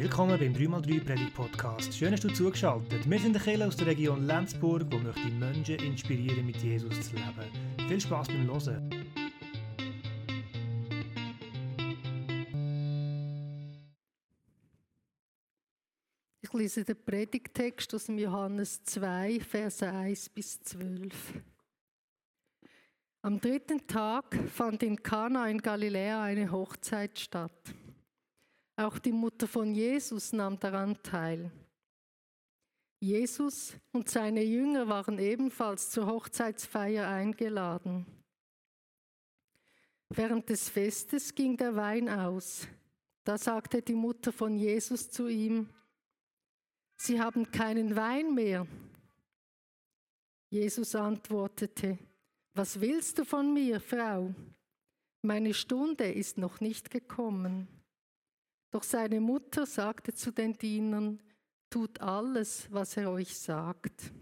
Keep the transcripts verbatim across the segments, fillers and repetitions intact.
Willkommen beim drei mal drei Predigt-Podcast. Schön, dass du zugeschaltet. Wir sind eine Kirche aus der Region Lenzburg, die möchte Menschen inspirieren, mit Jesus zu leben. Viel Spass beim Hören. Ich lese den Predigttext aus dem Johannes zwei, Verse eins bis zwölf. Am dritten Tag fand in Kana in Galiläa eine Hochzeit statt. Auch die Mutter von Jesus nahm daran teil. Jesus und seine Jünger waren ebenfalls zur Hochzeitsfeier eingeladen. Während des Festes ging der Wein aus. Da sagte die Mutter von Jesus zu ihm: Sie haben keinen Wein mehr. Jesus antwortete: Was willst du von mir, Frau? Meine Stunde ist noch nicht gekommen. Doch seine Mutter sagte zu den Dienern: Tut alles, was er euch sagt.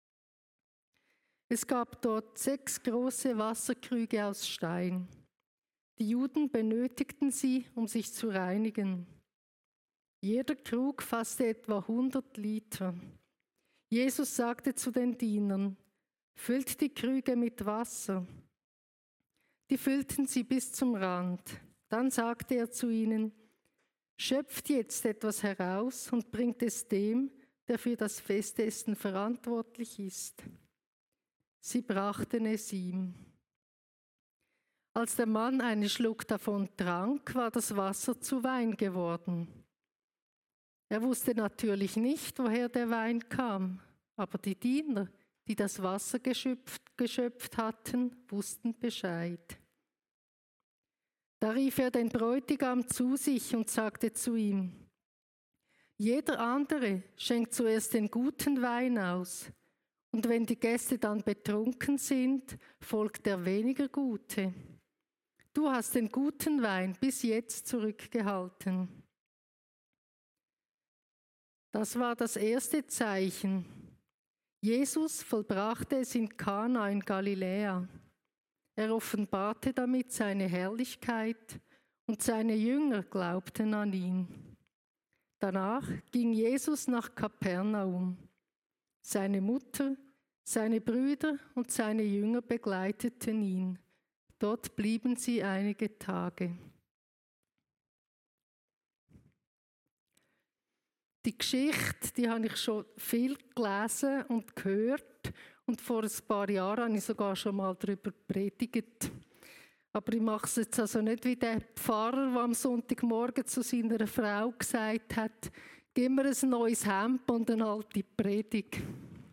Es gab dort sechs große Wasserkrüge aus Stein. Die Juden benötigten sie, um sich zu reinigen. Jeder Krug fasste etwa hundert Liter. Jesus sagte zu den Dienern: Füllt die Krüge mit Wasser. Die füllten sie bis zum Rand. Dann sagte er zu ihnen: Schöpft jetzt etwas heraus und bringt es dem, der für das Festessen verantwortlich ist. Sie brachten es ihm. Als der Mann einen Schluck davon trank, war das Wasser zu Wein geworden. Er wusste natürlich nicht, woher der Wein kam, aber die Diener, die das Wasser geschöpft, geschöpft hatten, wussten Bescheid. Da rief er den Bräutigam zu sich und sagte zu ihm: Jeder andere schenkt zuerst den guten Wein aus, und wenn die Gäste dann betrunken sind, folgt der weniger gute. Du hast den guten Wein bis jetzt zurückgehalten. Das war das erste Zeichen. Jesus vollbrachte es in Kana in Galiläa. Er offenbarte damit seine Herrlichkeit und seine Jünger glaubten an ihn. Danach ging Jesus nach Kapernaum. Seine Mutter, seine Brüder und seine Jünger begleiteten ihn. Dort blieben sie einige Tage. Die Geschichte, die habe ich schon viel gelesen und gehört. Und vor ein paar Jahren habe ich sogar schon mal darüber predigt. Aber ich mache es jetzt also nicht wie der Pfarrer, der am Sonntagmorgen zu seiner Frau gesagt hat: Gib mir ein neues Hemd und eine alte Predigt.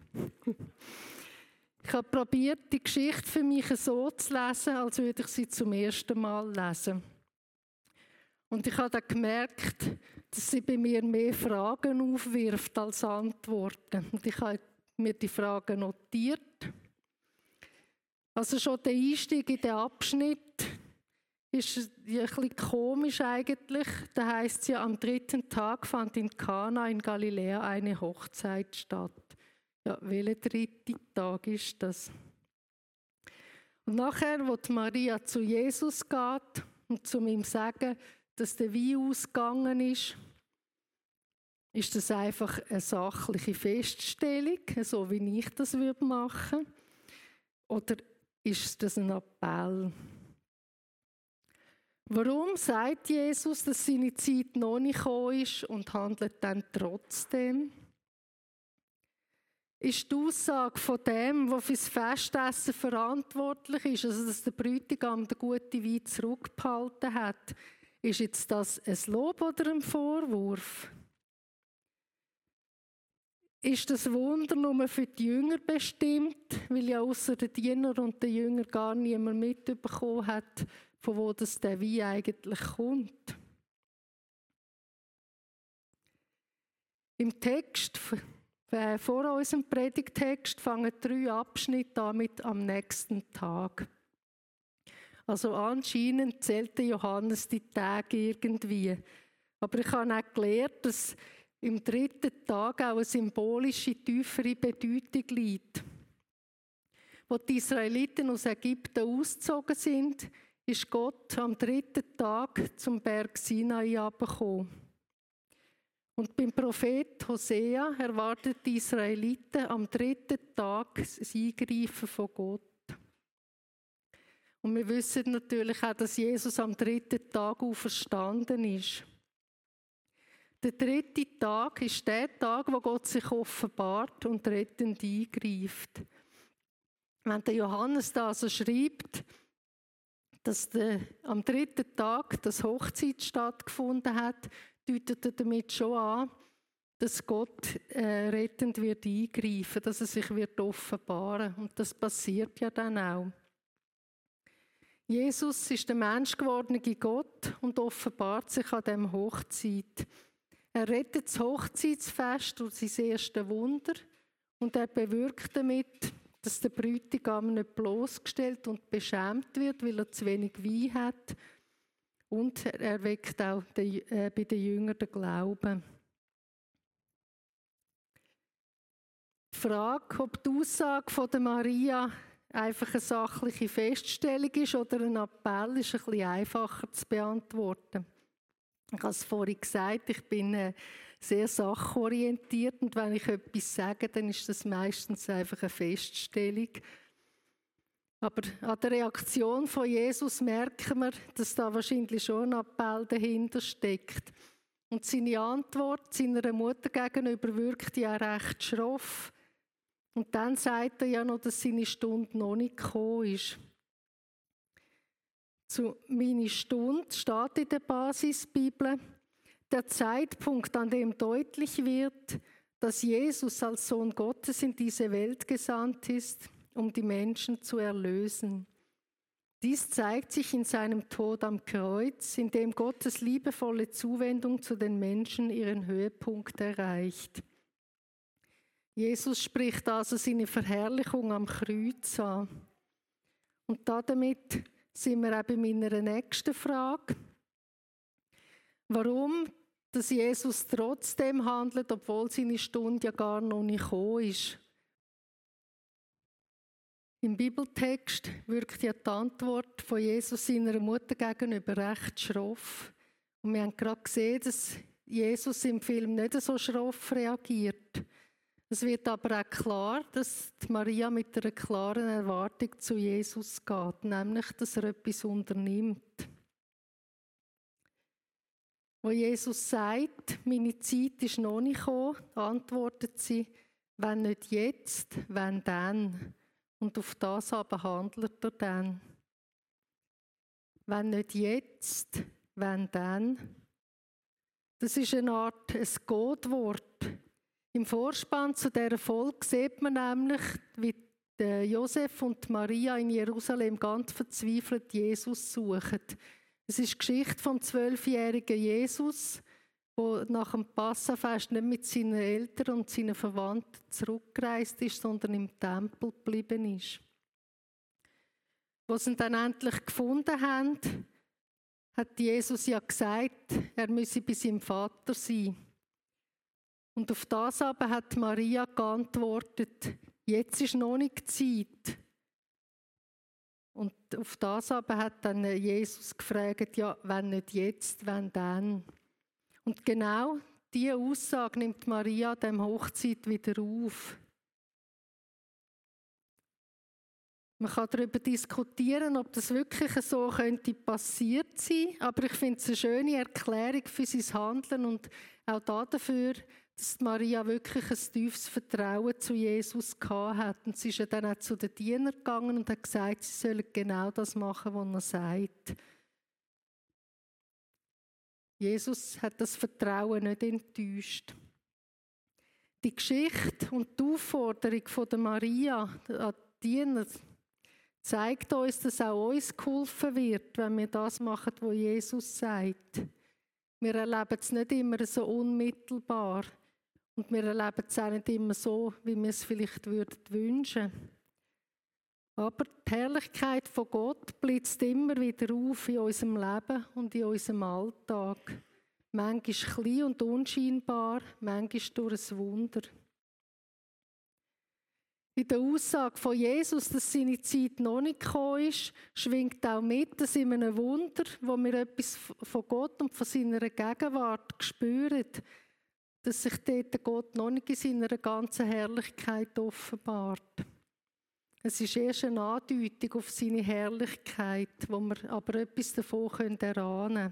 Ich habe probiert, die Geschichte für mich so zu lesen, als würde ich sie zum ersten Mal lesen. Und ich habe dann gemerkt, dass sie bei mir mehr Fragen aufwirft als Antworten. Und ich habe mir die Fragen notiert. Also schon der Einstieg in den Abschnitt ist ein bisschen komisch eigentlich. Da heisst es ja, am dritten Tag fand in Kana in Galiläa eine Hochzeit statt. Ja, welcher dritte Tag ist das? Und nachher, wo die Maria zu Jesus geht und zu ihm sagen, dass der Wein ausgegangen ist, ist das einfach eine sachliche Feststellung, so wie ich das machen würde? Oder ist das ein Appell? Warum sagt Jesus, dass seine Zeit noch nicht gekommen ist und handelt dann trotzdem? Ist die Aussage von dem, der für das Festessen verantwortlich ist, also dass der Bräutigam den guten Wein zurückgehalten hat, ist jetzt das ein Lob oder ein Vorwurf? Ist das Wunder nur für die Jünger bestimmt, weil ja außer den Diener und den Jünger gar niemand mitbekommen hat, von wo das der Wein eigentlich kommt? Im Text, vor unserem Predigtext, fangen drei Abschnitte an mit am nächsten Tag. Also anscheinend zählte Johannes die Tage irgendwie. Aber ich habe auch gelernt, dass im dritten Tag auch eine symbolische, tiefere Bedeutung liegt. Als die Israeliten aus Ägypten ausgezogen sind, ist Gott am dritten Tag zum Berg Sinai herabgekommen. Und beim Prophet Hosea erwartet die Israeliten am dritten Tag das Eingreifen von Gott. Und wir wissen natürlich auch, dass Jesus am dritten Tag auferstanden ist. Der dritte Tag ist der Tag, wo Gott sich offenbart und rettend eingreift. Wenn der Johannes da also schreibt, dass der, am dritten Tag das Hochzeit stattgefunden hat, deutet er damit schon an, dass Gott äh, rettend wird eingreifen, dass er sich wird offenbaren. Und das passiert ja dann auch. Jesus ist der menschgewordene Gott und offenbart sich an dem Hochzeit. Er rettet das Hochzeitsfest durch sein erstes Wunder und er bewirkt damit, dass der Bräutigam nicht bloßgestellt und beschämt wird, weil er zu wenig Wein hat. Und er weckt auch den, äh, bei den Jüngern den Glauben. Die Frage, ob die Aussage von der Maria einfach eine sachliche Feststellung ist oder ein Appell, ist ein bisschen einfacher zu beantworten. Ich habe es vorhin gesagt, ich bin äh, sehr sachorientiert und wenn ich etwas sage, dann ist das meistens einfach eine Feststellung. Aber an der Reaktion von Jesus merken wir, dass da wahrscheinlich schon ein Appell dahinter steckt. Und seine Antwort seiner Mutter gegenüber wirkt ja recht schroff. Und dann sagt er ja noch, dass seine Stunde noch nicht gekommen ist. Zu «Meine Stunde» steht in der Basisbibel der Zeitpunkt, an dem deutlich wird, dass Jesus als Sohn Gottes in diese Welt gesandt ist, um die Menschen zu erlösen. Dies zeigt sich in seinem Tod am Kreuz, in dem Gottes liebevolle Zuwendung zu den Menschen ihren Höhepunkt erreicht. Jesus spricht also seine Verherrlichung am Kreuz an. Und damit sind wir auch bei meiner nächsten Frage. Warum, dass Jesus trotzdem handelt, obwohl seine Stunde ja gar noch nicht gekommen ist? Im Bibeltext wirkt ja die Antwort von Jesus seiner Mutter gegenüber recht schroff. Und wir haben gerade gesehen, dass Jesus im Film nicht so schroff reagiert. Es wird aber auch klar, dass Maria mit einer klaren Erwartung zu Jesus geht, nämlich, dass er etwas unternimmt. Wo Jesus sagt, meine Zeit ist noch nicht gekommen, antwortet sie, wenn nicht jetzt, wenn dann. Und auf das aber handelt er dann. Wenn nicht jetzt, wenn dann. Das ist eine Art ein Gottwort. Im Vorspann zu dieser Folge sieht man nämlich, wie Josef und Maria in Jerusalem ganz verzweifelt Jesus suchen. Es ist die Geschichte vom zwölfjährigen Jesus, der nach dem Passafest nicht mit seinen Eltern und seinen Verwandten zurückgereist ist, sondern im Tempel geblieben ist. Als sie ihn dann endlich gefunden haben, hat Jesus ja gesagt, er müsse bei seinem Vater sein. Und auf das aber hat Maria geantwortet, jetzt ist noch nicht die Zeit. Und auf das aber hat dann Jesus gefragt, ja, wenn nicht jetzt, wenn dann. Und genau diese Aussage nimmt Maria an dieser Hochzeit wieder auf. Man kann darüber diskutieren, ob das wirklich so könnte passiert sein, aber ich finde es eine schöne Erklärung für sein Handeln und auch dafür, dass Maria wirklich ein tiefes Vertrauen zu Jesus gehabt hat. Und sie ist ja dann auch zu den Dienern gegangen und hat gesagt, sie sollen genau das machen, was er sagt. Jesus hat das Vertrauen nicht enttäuscht. Die Geschichte und die Aufforderung von der Maria an die Diener zeigt uns, dass auch uns geholfen wird, wenn wir das machen, was Jesus sagt. Wir erleben es nicht immer so unmittelbar und wir erleben es auch nicht immer so, wie wir es vielleicht würden wünschen. Aber die Herrlichkeit von Gott blitzt immer wieder auf in unserem Leben und in unserem Alltag. Manchmal klein und unscheinbar, manchmal durch ein Wunder. In der Aussage von Jesus, dass seine Zeit noch nicht gekommen ist, schwingt auch mit, dass in einem Wunder, wo wir etwas von Gott und von seiner Gegenwart spüren, dass sich dort Gott noch nicht in seiner ganzen Herrlichkeit offenbart. Es ist erst eine Andeutung auf seine Herrlichkeit, wo wir aber etwas davon erahnen können.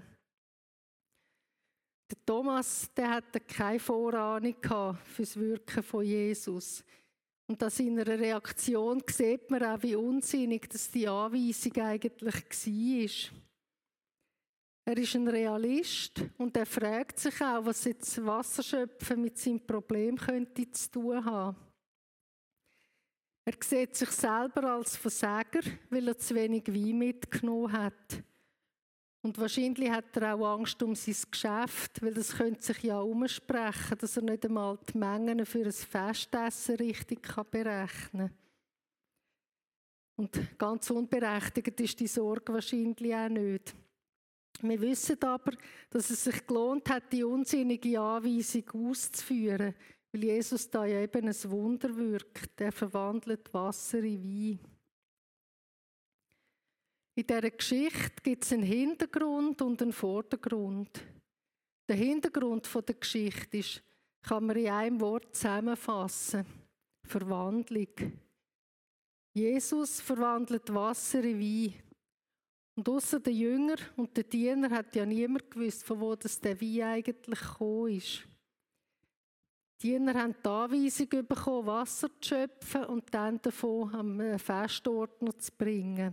Der Thomas, der hatte keine Vorahnung für das Wirken von Jesus. Und an seiner Reaktion sieht man auch, wie unsinnig das die Anweisung eigentlich war. Er ist ein Realist und er fragt sich auch, was jetzt Wasserschöpfen mit seinem Problem könnte zu tun haben. Er sieht sich selber als Versager, weil er zu wenig Wein mitgenommen hat. Und wahrscheinlich hat er auch Angst um sein Geschäft, weil das könnte sich ja umsprechen, dass er nicht einmal die Mengen für ein Festessen richtig berechnen kann. Und ganz unberechtigt ist die Sorge wahrscheinlich auch nicht. Wir wissen aber, dass es sich gelohnt hat, die unsinnige Anweisung auszuführen, weil Jesus da ja eben ein Wunder wirkt. Er verwandelt Wasser in Wein. In dieser Geschichte gibt es einen Hintergrund und einen Vordergrund. Der Hintergrund der Geschichte ist, kann man in einem Wort zusammenfassen: Verwandlung. Jesus verwandelt Wasser in Wein. Und ausser den Jünger und den Diener hat ja niemand gewusst, von wo das der Wein eigentlich gekommen ist. Die Diener haben die Anweisung bekommen, Wasser zu schöpfen und dann davon am Festordner zu bringen.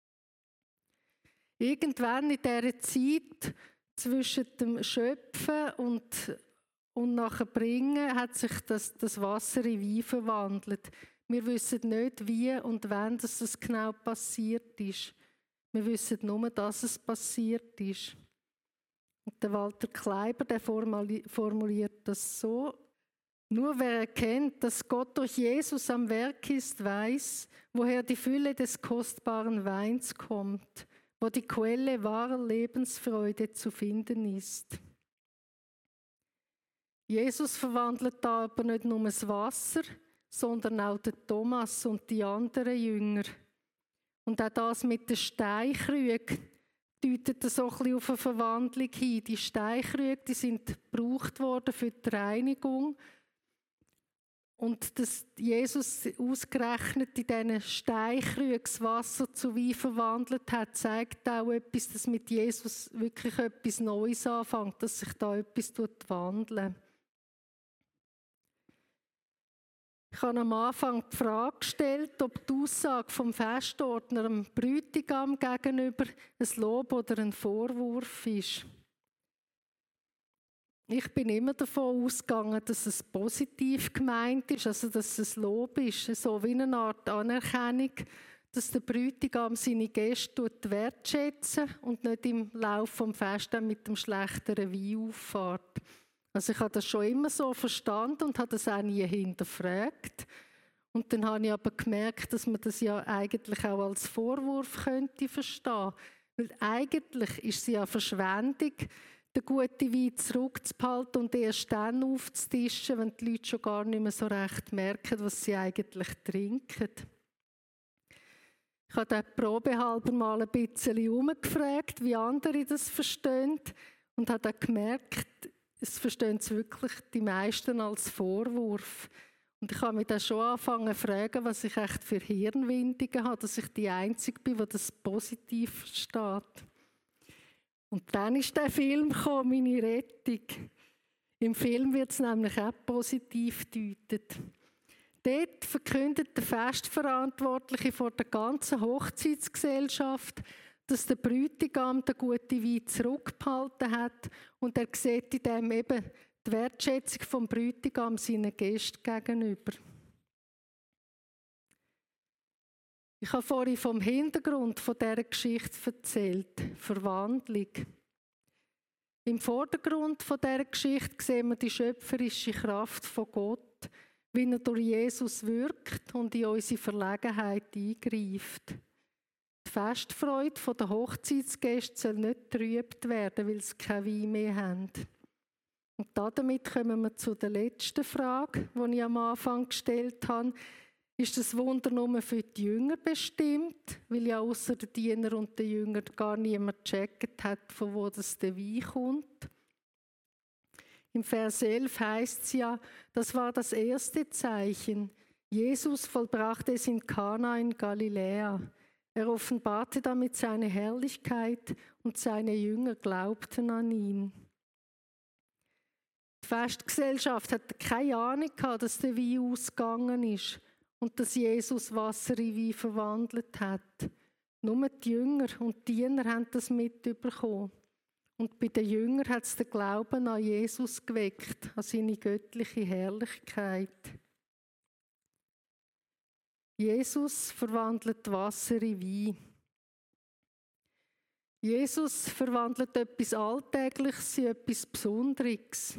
Irgendwann in dieser Zeit zwischen dem Schöpfen und, und nachher Bringen hat sich das, das Wasser in Wein verwandelt. Wir wissen nicht, wie und wann das, das genau passiert ist. Wir wissen nur, dass es passiert ist. Und der Walter Kleiber, der formuliert das so: Nur wer erkennt, dass Gott durch Jesus am Werk ist, weiß, woher die Fülle des kostbaren Weins kommt, wo die Quelle wahrer Lebensfreude zu finden ist. Jesus verwandelt da aber nicht nur das Wasser, sondern auch den Thomas und die anderen Jünger. Und auch das mit den Steinkrügen deutet so ein bisschen auf eine Verwandlung hin. Die Steinkrüge, die sind gebraucht worden für die Reinigung. Und dass Jesus ausgerechnet in diesen Steinkrügen das Wasser zu Wein verwandelt hat, zeigt auch etwas, dass mit Jesus wirklich etwas Neues anfängt, dass sich da etwas wandelt. Ich habe am Anfang die Frage gestellt, ob die Aussage vom Festordner dem Bräutigam gegenüber ein Lob oder ein Vorwurf ist. Ich bin immer davon ausgegangen, dass es positiv gemeint ist, also dass es ein Lob ist, so wie eine Art Anerkennung, dass der Bräutigam seine Gäste wertschätzen und nicht im Laufe des Festes mit dem schlechteren Wein auffährt. Also ich habe das schon immer so verstanden und habe das auch nie hinterfragt. Und dann habe ich aber gemerkt, dass man das ja eigentlich auch als Vorwurf könnte verstehen. Weil eigentlich ist es ja Verschwendung, den guten Wein zurückzuhalten und erst dann aufzutischen, wenn die Leute schon gar nicht mehr so recht merken, was sie eigentlich trinken. Ich habe dann probehalber mal ein bisschen herumgefragt, wie andere das verstehen, und habe dann gemerkt, es verstehen es wirklich die meisten als Vorwurf. Und ich habe mich dann schon angefangen zu fragen, was ich echt für Hirnwindungen habe, dass ich die Einzige bin, die das positiv versteht. Und dann ist der Film gekommen, meine Rettung. Im Film wird es nämlich auch positiv gedeutet. Dort verkündet der Festverantwortliche vor der ganzen Hochzeitsgesellschaft, dass der Bräutigam den guten Wein zurückgehalten hat, und er sieht in dem eben die Wertschätzung vom Bräutigam seinen Gästen gegenüber. Ich habe vorhin vom Hintergrund von dieser Geschichte erzählt, Verwandlung. Im Vordergrund von dieser Geschichte sehen wir die schöpferische Kraft von Gott, wie er durch Jesus wirkt und in unsere Verlegenheit eingreift. Die Festfreude der Hochzeitsgäste soll nicht getrübt werden, weil sie kein Wein mehr haben. Und damit kommen wir zu der letzten Frage, die ich am Anfang gestellt habe. Ist das Wunder nur für die Jünger bestimmt, weil ja außer den Diener und den Jüngern gar niemand gecheckt hat, von wo das der Wein kommt? Im Vers elf heißt es ja, das war das erste Zeichen. Jesus vollbrachte es in Kana in Galiläa. Er offenbarte damit seine Herrlichkeit und seine Jünger glaubten an ihn. Die Festgesellschaft hatte keine Ahnung gehabt, dass der Wein ausgegangen ist und dass Jesus Wasser in Wein verwandelt hat. Nur die Jünger und die Diener haben das mitbekommen. Und bei den Jüngern hat es den Glauben an Jesus geweckt, an seine göttliche Herrlichkeit. Jesus verwandelt Wasser in Wein. Jesus verwandelt etwas Alltägliches in etwas Besonderes.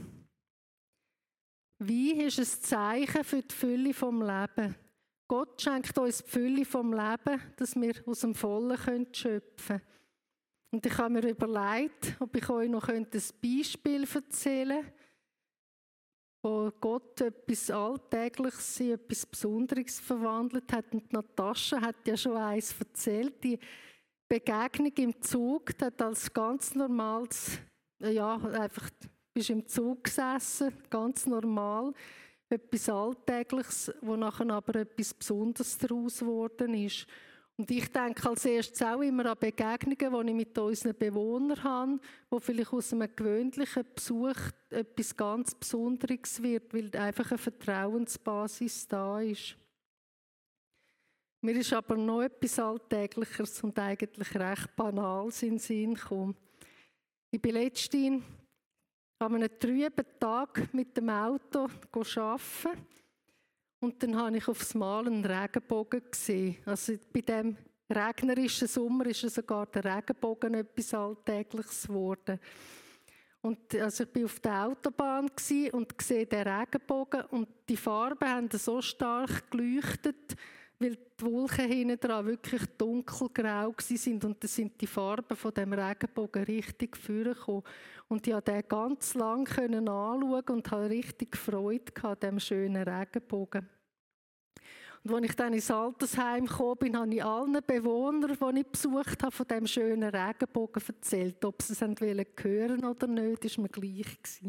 Wein ist ein Zeichen für die Fülle vom Leben. Gott schenkt uns die Fülle vom Leben, dass wir aus dem Vollen schöpfen können. Und ich habe mir überlegt, ob ich euch noch ein Beispiel erzählen könnte, wo Gott etwas Alltägliches in etwas Besonderes verwandelt hat. Und Natascha hat ja schon eins erzählt. Die Begegnung im Zug, die hat als ganz normales, ja, einfach, du bist im Zug gesessen, ganz normal, etwas Alltägliches, wo nachher aber etwas Besonderes daraus geworden ist. Und ich denke als erstes auch immer an Begegnungen, die ich mit unseren Bewohnern habe, wo vielleicht aus einem gewöhnlichen Besuch etwas ganz Besonderes wird, weil einfach eine Vertrauensbasis da ist. Mir ist aber noch etwas Alltäglicheres und eigentlich recht Banales in den Sinn gekommen. Ich bin letztens an einem trüben Tag mit dem Auto arbeiten. Und dann habe ich aufs Mal einen Regenbogen gesehen. Also bei diesem regnerischen Sommer ist sogar der Regenbogen etwas Alltägliches geworden. Und also ich war auf der Autobahn und sehe den Regenbogen und die Farben haben so stark geleuchtet, weil die Wolken hinten dran wirklich dunkelgrau waren und dann sind die Farben von dem Regenbogen richtig vorgekommen. Und ich konnte den ganz lang anschauen und hatte richtig Freude an diesem schönen Regenbogen. Und als ich dann ins Altersheim kam, bin, habe ich allen Bewohnern, die ich besucht habe, von diesem schönen Regenbogen erzählt. Ob sie es hören oder nicht, war mir gleich gewesen.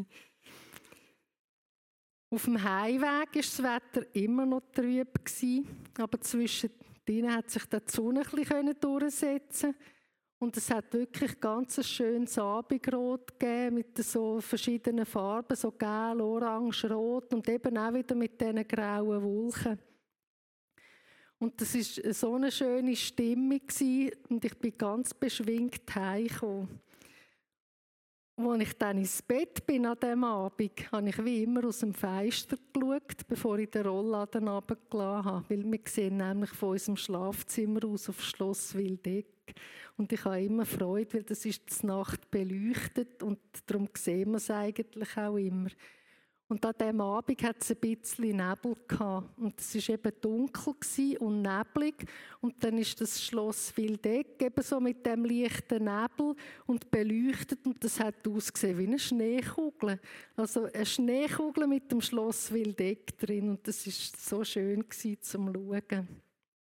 Auf dem Heimweg war das Wetter immer noch trüb, aber zwischen ihnen hat sich die Sonne ein bisschen durchsetzen. Und es hat wirklich ganz ein schönes Abendrot gegeben, mit so verschiedenen Farben, so gelb, orange, rot und eben auch wieder mit diesen grauen Wolken. Und das war so eine schöne Stimmung und ich bin ganz beschwingt heimgekommen. Als ich dann ins Bett bin an diesem Abend, habe ich wie immer aus dem Fenster geschaut, bevor ich den Rollladen runtergelassen habe. Weil wir sehen nämlich von unserem Schlafzimmer aus auf Schloss Wildeck. Und ich habe immer Freude, weil das ist die Nacht beleuchtet und darum sehen wir es eigentlich auch immer. Und an diesem Abend hat es ein bisschen Nebel gehabt. Und es war eben dunkel und neblig. Und dann ist das Schloss Wildeck eben so mit dem leichten Nebel und beleuchtet. Und das hat ausgesehen wie eine Schneekugel. Also eine Schneekugel mit dem Schloss Wildeck drin. Und das war so schön zum Schauen.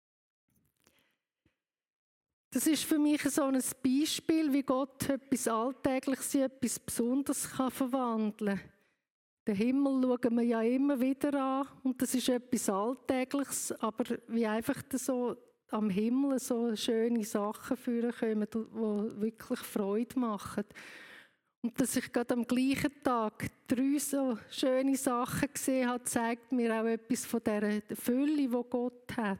Das ist für mich so ein Beispiel, wie Gott etwas Alltägliches in etwas Besonderes verwandeln kann. Den Himmel schauen wir ja immer wieder an und das ist etwas Alltägliches, aber wie einfach so am Himmel so schöne Sachen vorkommen, die wirklich Freude machen. Und dass ich gerade am gleichen Tag drei so schöne Sachen gesehen habe, zeigt mir auch etwas von dieser Fülle, die Gott hat.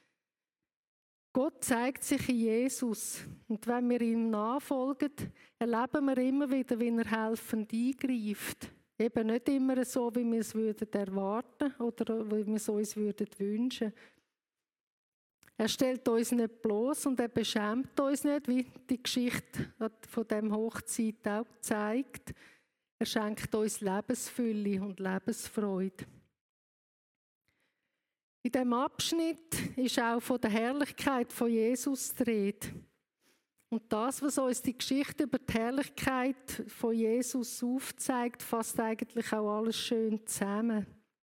Gott zeigt sich in Jesus und wenn wir ihm nachfolgen, erleben wir immer wieder, wie er helfend eingreift. Eben nicht immer so, wie wir es erwarten würden oder wie wir es uns wünschen würden. Er stellt uns nicht bloß und er beschämt uns nicht, wie die Geschichte von dem Hochzeit auch zeigt. Er schenkt uns Lebensfülle und Lebensfreude. In diesem Abschnitt ist auch von der Herrlichkeit von Jesus die Rede. Und das, was uns die Geschichte über die Herrlichkeit von Jesus aufzeigt, fasst eigentlich auch alles schön zusammen.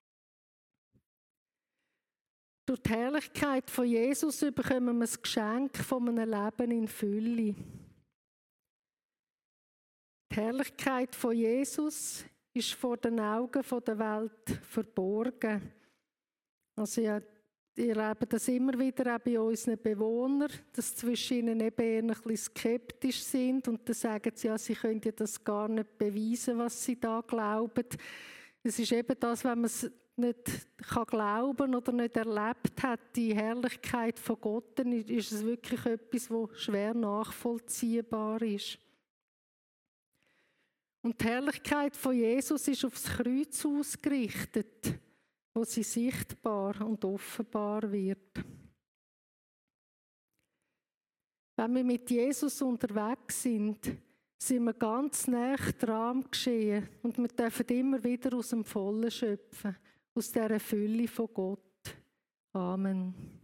Durch die Herrlichkeit von Jesus bekommen wir das Geschenk von einem Leben in Fülle. Die Herrlichkeit von Jesus ist vor den Augen der Welt verborgen. Also ja, ihr erlebt das immer wieder auch bei unseren Bewohnern, dass zwischen ihnen eben eher ein bisschen skeptisch sind und dann sagen sie, ja, sie können ja das gar nicht beweisen, was sie da glauben. Es ist eben das, wenn man es nicht kann glauben oder nicht erlebt hat, die Herrlichkeit von Gott, dann ist es wirklich etwas, was schwer nachvollziehbar ist. Und die Herrlichkeit von Jesus ist aufs Kreuz ausgerichtet, wo sie sichtbar und offenbar wird. Wenn wir mit Jesus unterwegs sind, sind wir ganz nah dran am Geschehen und wir dürfen immer wieder aus dem Vollen schöpfen, aus dieser Fülle von Gott. Amen.